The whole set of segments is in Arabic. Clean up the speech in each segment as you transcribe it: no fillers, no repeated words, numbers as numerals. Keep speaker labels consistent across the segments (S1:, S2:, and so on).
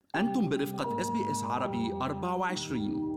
S1: أنتم برفقة SBS عربي 24.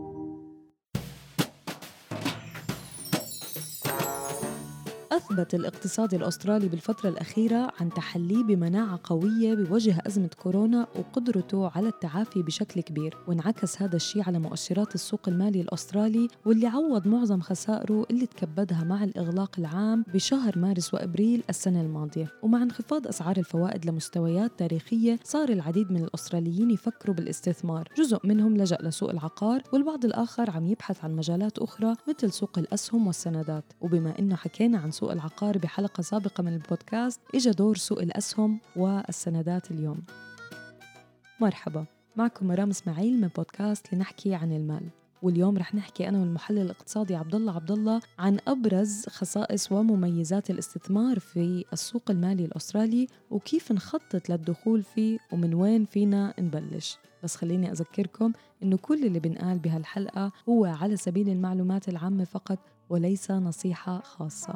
S2: أثبت الاقتصاد الأسترالي بالفترة الأخيرة عن تحليه بمناعة قوية بوجه أزمة كورونا وقدرته على التعافي بشكل كبير، وانعكس هذا الشيء على مؤشرات السوق المالي الأسترالي واللي عوض معظم خسائره اللي تكبدها مع الإغلاق العام بشهر مارس وأبريل السنة الماضية. ومع انخفاض أسعار الفوائد لمستويات تاريخية صار العديد من الأستراليين يفكروا بالاستثمار، جزء منهم لجأ لسوق العقار والبعض الآخر عم يبحث عن مجالات أخرى مثل سوق الأسهم والسندات. وبما إنه حكينا عن سوق العقار بحلقة سابقة من البودكاست، إجا دور سوق الأسهم والسندات اليوم. مرحبا، معكم مرام إسماعيل من بودكاست لنحكي عن المال. واليوم رح نحكي أنا والمحلل الاقتصادي عبد الله عن أبرز خصائص ومميزات الاستثمار في السوق المالي الأسترالي وكيف نخطط للدخول فيه ومن وين فينا نبلش. بس خليني أذكركم إنه كل اللي بنقال بهالحلقة هو على سبيل المعلومات العامة فقط وليس نصيحة خاصة.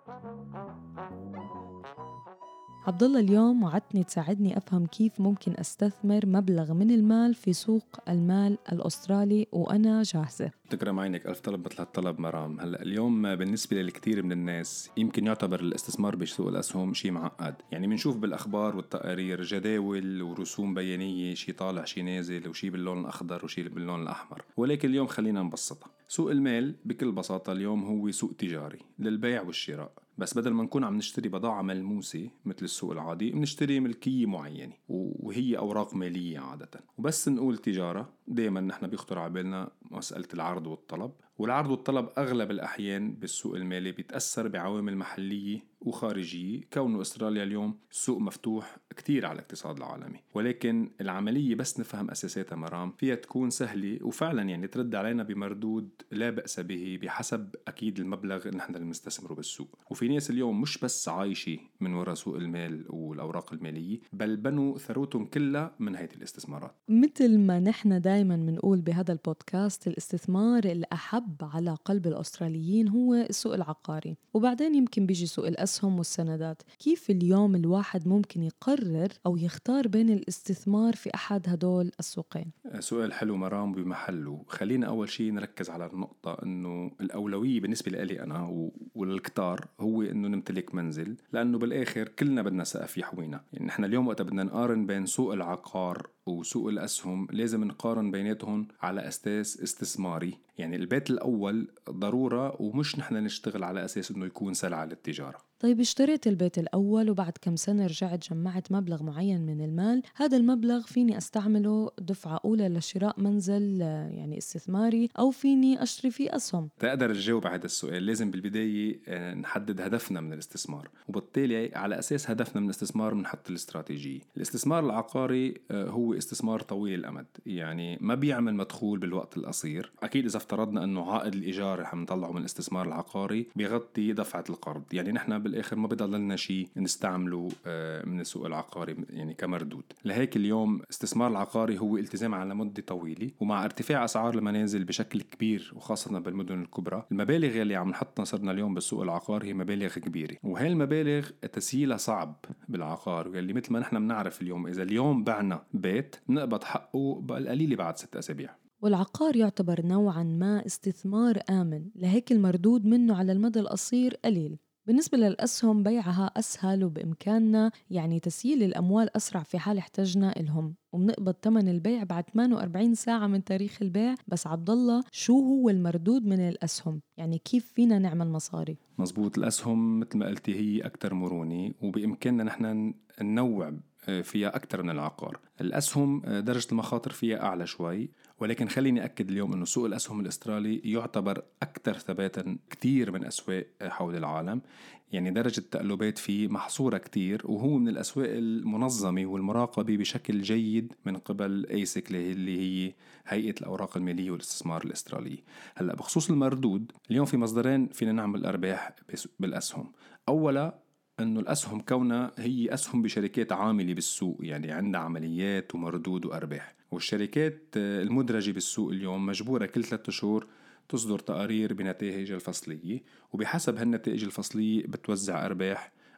S2: عبد الله، اليوم وعدتني تساعدني أفهم كيف ممكن أستثمر مبلغ من المال في سوق المال الأسترالي وأنا جاهزة.
S3: تكرم عينك، ألف طلب مثل هالطلب مرام. هلأ اليوم بالنسبة للكثير من الناس يمكن يعتبر الاستثمار بسوق الأسهم شيء معقد، يعني بنشوف بالأخبار والتقارير جداول ورسوم بيانية، شيء طالع شيء نازل وشيء باللون الأخضر وشيء باللون الأحمر. ولكن اليوم خلينا نبسطها. سوق المال بكل بساطة اليوم هو سوق تجاري للبيع والشراء، بس بدل ما نكون عم نشتري بضاعة ملموسة مثل السوق العادي بنشتري ملكية معينة وهي أوراق مالية عادة. وبس نقول تجارة دايما نحن بيخطر على بالنا مسألة العرض والطلب، والعرض والطلب أغلب الأحيان بالسوق المالي بيتأثر بعوامل محلية وخارجية، كونه أستراليا اليوم سوق مفتوح كتير على الاقتصاد العالمي. ولكن العملية بس نفهم أساساتها مرام فيها تكون سهلة وفعلا يعني ترد علينا بمردود لا بأس به بحسب أكيد المبلغ اللي نحن المستثمره بالسوق. وفي ناس اليوم مش بس عايشة من وراء سوق المال والأوراق المالية، بل بنوا ثروتهم كلها من هذه الاستثمارات.
S2: مثل ما نحن دايما منقول بهذا البودكاست، الاستثمار الأحب على قلب الأستراليين هو السوق العقاري، وبعدين يمكن بيجي سوق الأسهم والسندات. كيف اليوم الواحد ممكن يقرر أو يختار بين الاستثمار في أحد هدول السوقين؟
S3: سؤال حلو مرام بمحله. خلينا أول شيء نركز على النقطة أنه الأولوية بالنسبة لي أنا والكتار هو أنه نمتلك منزل، لأنه بالآخر كلنا بدنا سقف يحوينا. يعني نحن اليوم وقت بدنا نقارن بين سوق العقار وسوق الأسهم لازم نقارن بيناتهم على أساس استثماري، يعني البيت الأول ضرورة ومش نحن نشتغل على أساس أنه يكون سلعة للتجارة.
S2: طيب، اشتريت البيت الأول وبعد كم سنة رجعت جمعت مبلغ معين من المال، هذا المبلغ فيني أستعمله دفعة أولى لشراء منزل يعني استثماري، أو فيني أشتري فيه أسهم؟
S3: تقدر تجاوب على هذا السؤال لازم بالبداية نحدد هدفنا من الاستثمار، وبالتالي على أساس هدفنا من الاستثمار بنحط الاستراتيجية. الاستثمار العقاري هو استثمار طويل الأمد، يعني ما بيعمل مدخول بالوقت القصير. أكيد إذا افترضنا أنه عائد الإيجار رح نطلعه من الاستثمار العقاري بيغطي دفعة القرض، يعني نحن بالآخر ما بيضل لنا شيء نستعمله من السوق العقاري يعني كمردود. لهيك اليوم استثمار العقاري هو التزام على مدة طويلة، ومع ارتفاع أسعار المنازل بشكل كبير وخاصة بالمدن الكبرى، المبالغ اللي عم نحطها صرنا اليوم بالسوق العقاري هي مبالغ كبيرة، وهي المبالغ تسييلها صعب بالعقار. واللي مثل ما نحن بنعرف اليوم إذا اليوم بعنا بيت نقبض حقه بالقليل بعد 6 أسابيع.
S2: والعقار يعتبر نوعاً ما استثمار آمن، لهيك المردود منه على المدى القصير قليل. بالنسبة للأسهم بيعها أسهل وبإمكاننا يعني تسييل الأموال أسرع في حال احتجنا إلهم، وبنقبض ثمن البيع بعد 48 ساعة من تاريخ البيع. بس عبد الله، شو هو المردود من الأسهم؟ يعني كيف فينا نعمل مصاري؟
S3: مزبوط، الأسهم مثل ما قلتي هي أكتر مرونة وبإمكاننا نحن ننوع فيها أكتر من العقار. الأسهم درجة المخاطر فيها أعلى شوي، ولكن خليني أكد اليوم أنه سوق الأسهم الأسترالي يعتبر أكتر ثباتا كتير من أسواق حول العالم، يعني درجة التقلبات فيه محصورة كتير، وهو من الأسواق المنظمة والمراقبة بشكل جيد من قبل ASIC اللي هي هيئة الأوراق المالية والاستثمار الأسترالية. هلأ بخصوص المردود، اليوم في مصدرين فينا نعمل أرباح بالأسهم. أولا أنه الأسهم كونها هي أسهم بشركات عاملة بالسوق، يعني عندها عمليات ومردود وأرباح. والشركات المدرجة بالسوق اليوم مجبورة كل 3 شهور تصدر تقارير بنتائج الفصلية، وبحسب هالنتائج الفصلية بتوزع أرباح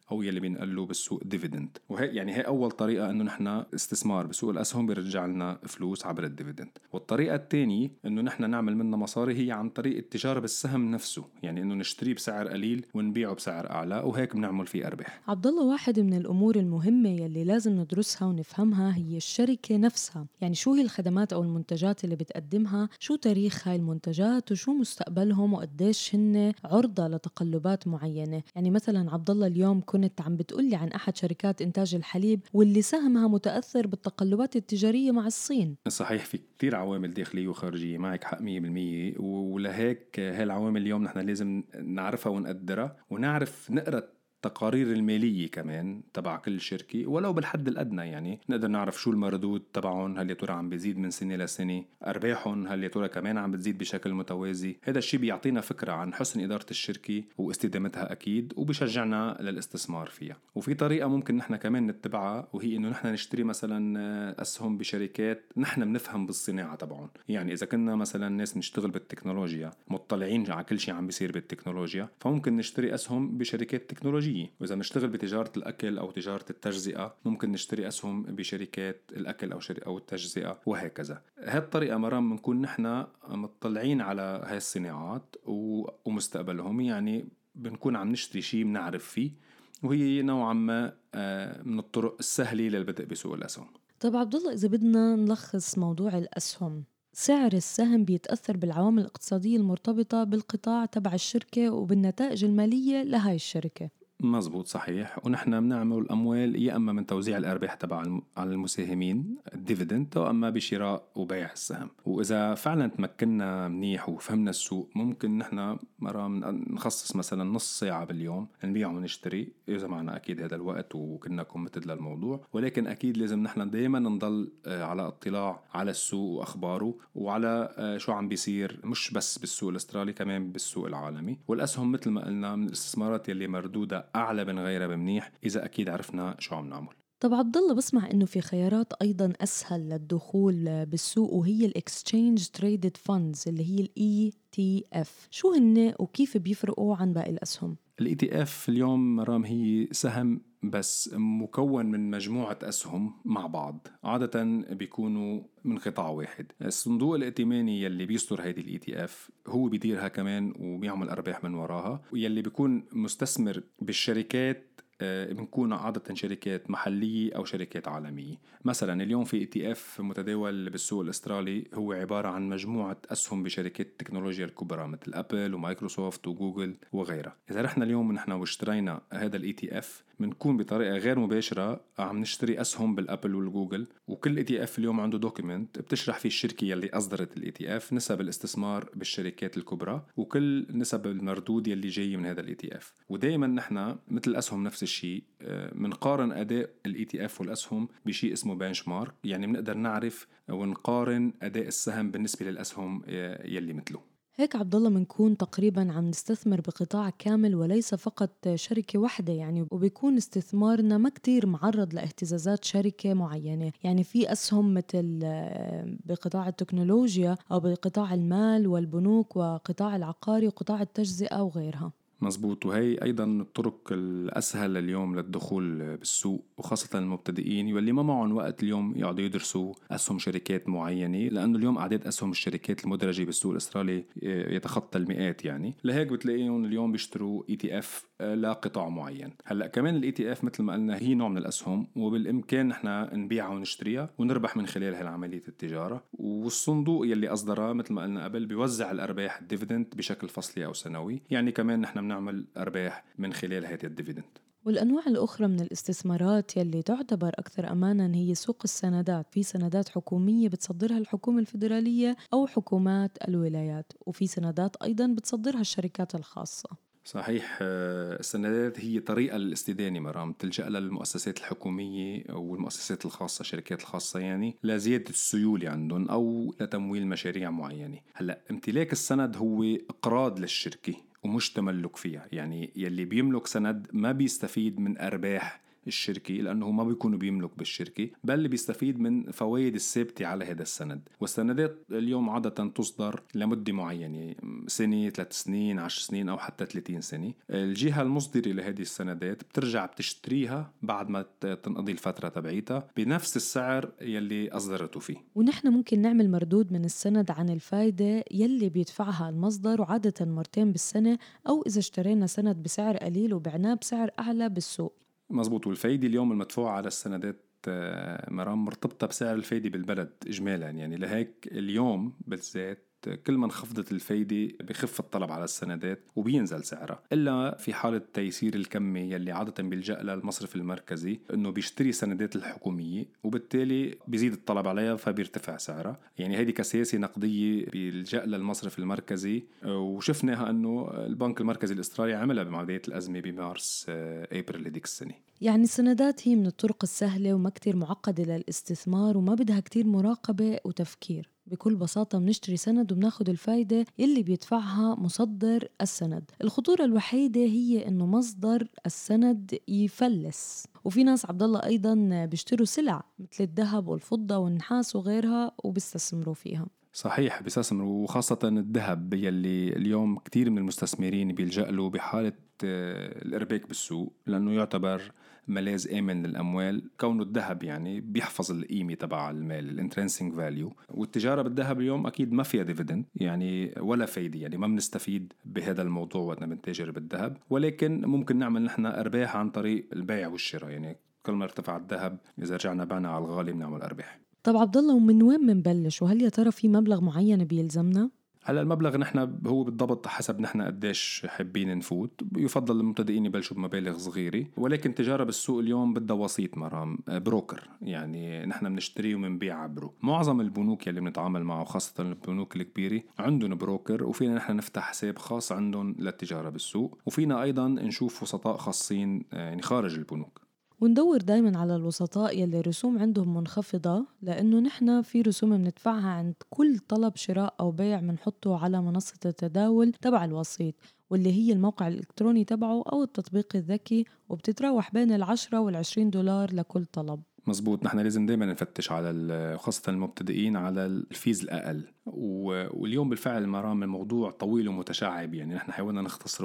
S3: أو يلي بنقله بالسوق ديفيدند. وهي يعني هي أول طريقة إنه نحن استثمار بسوق الأسهم بيرجع لنا فلوس عبر الديفيدند. والطريقة الثانية إنه نحن نعمل منها مصاري هي عن طريق التجارة بالسهم نفسه، يعني إنه نشتريه بسعر قليل ونبيعه بسعر أعلى وهيك بنعمل فيه أرباح.
S2: عبد الله، واحد من الأمور المهمة يلي لازم ندرسها ونفهمها هي الشركة نفسها، يعني شو هي الخدمات أو المنتجات اللي بتقدمها، شو تاريخ هاي المنتجات وشو مستقبلهم وقديش هن عرضة لتقلبات معينة. يعني مثلا عبد الله، اليوم كنت عم بتقولي عن أحد شركات إنتاج الحليب واللي سهمها متأثر بالتقلبات التجارية مع الصين.
S3: صحيح، في كتير عوامل داخلية وخارجية، معك حق 100%. ولهيك هاي العوامل اليوم نحن لازم نعرفها ونقدرها، ونعرف نقرأ التقارير المالية كمان تبع كل شركة ولو بالحد الأدنى، يعني نقدر نعرف شو المردود تبعهم، هل يا ترى عم بيزيد من سنة لسنة، أرباحهم هل يا ترى كمان عم بتزيد بشكل متوازي. هذا الشيء بيعطينا فكرة عن حسن إدارة الشركة واستدامتها أكيد، وبيشجعنا للاستثمار فيها. وفي طريقة ممكن نحن كمان نتبعها، وهي إنه نحن نشتري مثلا أسهم بشركات نحن بنفهم بالصناعة تبعهم. يعني إذا كنا مثلا ناس نشتغل بالتكنولوجيا مطلعين على كل شيء عم بيصير بالتكنولوجيا، فممكن نشتري أسهم بشركات تكنولوجية. وإذا نشتغل بتجارة الأكل أو تجارة التجزئة ممكن نشتري أسهم بشركات الأكل أو التجزئة وهكذا. هذه الطريقة مرام بنكون نحن مطلعين على هاي الصناعات ومستقبلهم، يعني بنكون عم نشتري شيء بنعرف فيه، وهي نوعا ما من الطرق السهلة للبدء بسوق الأسهم.
S2: طب عبد الله، إذا بدنا نلخص موضوع الأسهم، سعر السهم بيتأثر بالعوامل الاقتصادية المرتبطة بالقطاع تبع الشركة وبالنتائج المالية لهاي الشركة.
S3: مزبوط، صحيح. ونحن بنعمل الأموال يا أما من توزيع الأرباح تبع على المساهمين الديفيدند، أو أما بشراء وبيع السهم. وإذا فعلا تمكننا منيح وفهمنا السوق، ممكن نحن مرة نخصص مثلا نص ساعة باليوم نبيع ونشتري، إذا معنا أكيد هذا الوقت وكنا كوميتد للموضوع. ولكن أكيد لازم نحن دايما نضل على اطلاع على السوق وأخباره وعلى شو عم بيصير، مش بس بالسوق الأسترالي، كمان بالسوق العالمي. والأسهم مثل ما قلنا من الاستثمارات يلي مردودة أعلى من غيرها بمنيح إذا أكيد عرفنا شو عم نعمل.
S2: طب عبد الله، بسمع إنه في خيارات أيضا أسهل للدخول بالسوق، وهي الإكسشينج تريدد فاندز اللي هي ETF. شو هن وكيف بيفرقوا عن باقي الأسهم؟
S3: ETF اليوم مرام هي سهم بس مكون من مجموعة أسهم مع بعض، عادة بيكونوا من قطاع واحد. الصندوق الائتماني يلي بيصدر هيدي ETF هو بيديرها كمان وبيعمل أرباح من وراها، ويلي بيكون مستثمر بالشركات بنكون عادة شركات محلية أو شركات عالمية. مثلا اليوم في ETF متداول بالسوق الأسترالي هو عبارة عن مجموعة أسهم بشركات التكنولوجيا الكبرى مثل أبل ومايكروسوفت وجوجل وغيرها. إذا رحنا اليوم نحن واشترينا هذا ETF بنكون بطريقة غير مباشرة عم نشتري أسهم بالأبل والجوجل. وكل ETF اليوم عنده دوكيمنت بتشرح فيه الشركة يلي أصدرت ETF نسب الاستثمار بالشركات الكبرى وكل نسب المردود يلي جاي من هذا ETF. ودايما نحن مثل الأسهم نفس الشيء منقارن أداء ETF والأسهم بشيء اسمه بنشمارك، يعني بنقدر نعرف ونقارن أداء السهم بالنسبة للأسهم يلي مثله.
S2: هيك عبد الله بنكون تقريبا عم نستثمر بقطاع كامل وليس فقط شركة واحدة، يعني وبيكون استثمارنا ما كتير معرض لاهتزازات شركة معينة. يعني في أسهم مثل بقطاع التكنولوجيا أو بقطاع المال والبنوك وقطاع العقاري وقطاع التجزئة وغيرها.
S3: مزبوط. وهي أيضا الطرق الأسهل اليوم للدخول بالسوق، وخاصة المبتدئين واللي ما معهم وقت اليوم يقعدوا يدرسوا أسهم شركات معينة، لأنه اليوم أعداد أسهم الشركات المدرجة بالسوق الأسترالي يتخطى المئات. يعني لهيك بتلاقيهم اليوم بيشتروا ETF لقطاع معين. هلأ كمان ال ETF مثل ما قلنا هي نوع من الأسهم، وبالإمكان نحنا نبيعها ونشتريها ونربح من خلال هالعملية التجارة. والصندوق يلي أصدرها مثل ما قلنا قبل بيوزع الأرباح الديفيدند بشكل فصلي أو سنوي، يعني كمان نحنا بنعمل أرباح من خلال هذه الديفيدند.
S2: والأنواع الأخرى من الاستثمارات يلي تعتبر أكثر أماناً هي سوق السندات. في سندات حكومية بتصدرها الحكومة الفيدرالية أو حكومات الولايات، وفي سندات أيضاً بتصدرها الشركات الخاصة.
S3: صحيح. السندات هي طريقة للاستدانة مرام تلجأ للمؤسسات الحكومية والمؤسسات الخاصة، الشركات الخاصة يعني، لزيادة السيولة عندهم أو لتمويل مشاريع معينة. هلأ امتلاك السند هو إقراض للشركة ومش تملك فيها، يعني يلي بيملك سند ما بيستفيد من أرباح الشركة لأنه ما بيكونوا بيملك بالشركة، بل بيستفيد من فوائد الثابتة على هذا السند. والسندات اليوم عادة تصدر لمدة معينة، سنة، 3 سنين، 10 سنين، أو حتى 30 سنة. الجهة المصدرة لهذه السندات بترجع بتشتريها بعد ما تنقضي الفترة تبعيتها بنفس السعر يلي أصدرته فيه.
S2: ونحن ممكن نعمل مردود من السند عن الفايدة يلي بيدفعها المصدر، وعادة مرتين بالسنة، أو إذا اشترينا سند بسعر قليل وبعناه بسعر أعلى بالسوق.
S3: مزبوط. والفايدة اليوم المدفوعة على السندات مرام مرتبطة بسعر الفايدة بالبلد إجمالا، يعني لهيك اليوم بالذات كل ما انخفضت الفايدة بخف الطلب على السندات وبينزل سعرها، إلا في حالة تيسير الكمي يلي عادة بيلجأ للمصرف المركزي إنه بيشتري سندات الحكومية وبالتالي بيزيد الطلب عليها فبيرتفع سعرها. يعني هذه كسياسة نقدية بيلجأ للمصرف المركزي، وشفناها إنه البنك المركزي الأسترالي عملها بمعدية الأزمة بمارس أبريل هديك السنة.
S2: يعني السندات هي من الطرق السهلة وما كتير معقدة للاستثمار وما بدها كتير مراقبة وتفكير. بكل بساطة بنشتري سند وبناخد الفايدة اللي بيدفعها مصدر السند. الخطورة الوحيدة هي إنه مصدر السند يفلس. وفي ناس عبد الله أيضا بيشتروا سلع مثل الذهب والفضة والنحاس وغيرها وبيستثمروا فيها.
S3: صحيح، بيستثمروا، وخاصة الذهب يلي اليوم كتير من المستثمرين بيلجأ له بحالة الإرباك بالسوق، لأنه يعتبر ملاذ آمن للأموال، كونه الذهب يعني بيحفظ القيمة تبع المال، الانترنسينج فاليو. والتجارة بالذهب اليوم أكيد ما فيها ديفيدند يعني ولا فايدة، يعني ما بنستفيد بهذا الموضوع وقتنا بنتاجر بالذهب، ولكن ممكن نعمل نحن أرباح عن طريق البيع والشراء. يعني كل ما ارتفع الذهب إذا رجعنا بعنا على الغالي بنعمل أرباح.
S2: طب عبد الله، ومن وين منبلش؟ وهل يا ترى في مبلغ معين بيلزمنا؟
S3: هلا المبلغ نحن هو بالضبط حسب نحن قديش حابين نفوت. يفضل المبتدئين يبلشوا بمبالغ صغيرة، ولكن تجارة بالسوق اليوم بدها وسيط مرام، بروكر. يعني نحن بنشتري ومنبيع عبره. معظم البنوك يلي بنتعامل معه خاصة البنوك الكبيرة عندهم بروكر، وفينا نحن نفتح حساب خاص عندهم للتجارة بالسوق، وفينا أيضا نشوف وسطاء خاصين يعني خارج البنوك.
S2: وندور دايما على الوسطاء يلي الرسوم عندهم منخفضة، لأنه نحن في رسوم بندفعها عند كل طلب شراء أو بيع بنحطه على منصة التداول تبع الوسيط، واللي هي الموقع الإلكتروني تبعه أو التطبيق الذكي، وبتتراوح بين $10 وال$20 لكل طلب.
S3: مزبوط. نحن لازم دايما نفتش على خاصة المبتدئين على الفيز الأقل. واليوم بالفعل مرام الموضوع طويل ومتشعب، يعني نحن حاولنا نختصره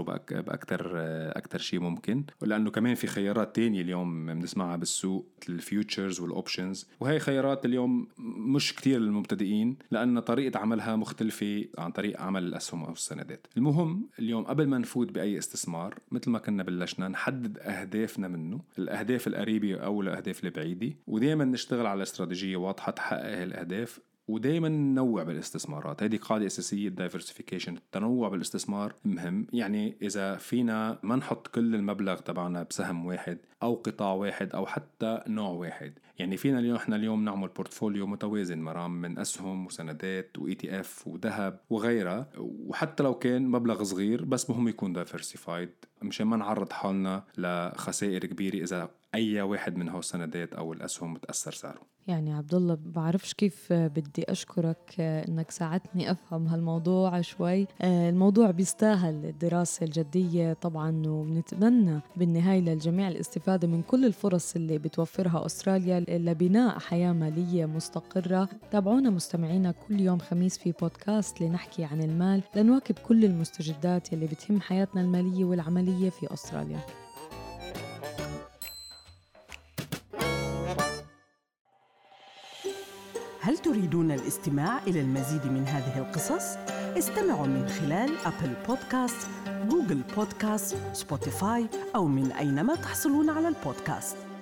S3: بأكتر شيء ممكن، لأنه كمان في خيارات تانية اليوم بنسمعها بالسوق، الفيوتشرز والأوبشنز، وهي خيارات اليوم مش كتير للمبتدئين لأن طريقة عملها مختلفة عن طريقة عمل الأسهم أو السندات. المهم اليوم قبل ما نفوت بأي استثمار مثل ما كنا بلشنا نحدد أهدافنا منه، الأهداف القريبة أو الأهداف البعيدة، ودايما نشتغل على استراتيجية واضحة تحقق الأهداف، ودايما ننوع بالاستثمارات. هذه قاعدة أساسية، الدايفرسيفيكيشن، التنوع بالاستثمار مهم. يعني إذا فينا ما نحط كل المبلغ تبعنا بسهم واحد أو قطاع واحد أو حتى نوع واحد، يعني فينا احنا اليوم نعمل بورتفوليو متوازن مرام من أسهم وسندات وETF وذهب وغيرها، وحتى لو كان مبلغ صغير بس مهم يكون دايفرسيفايد مشان ما نعرض حالنا لخسائر كبيرة إذا أي واحد من هو السندات أو الأسهم متأثر سعره.
S2: يعني عبد الله، بعرفش كيف بدي أشكرك إنك ساعدتني أفهم هالموضوع شوي. الموضوع بيستاهل الدراسة الجدية طبعا، وبنتمنى بالنهاية للجميع الاستفادة من كل الفرص اللي بتوفرها أستراليا لبناء حياة مالية مستقرة. تابعونا مستمعينا كل يوم خميس في بودكاست لنحكي عن المال، لنواكب كل المستجدات اللي بتهم حياتنا المالية والعملية في أستراليا.
S4: هل تريدون الاستماع إلى المزيد من هذه القصص؟ استمعوا من خلال أبل بودكاست، جوجل بودكاست، سبوتيفاي، أو من أينما تحصلون على البودكاست.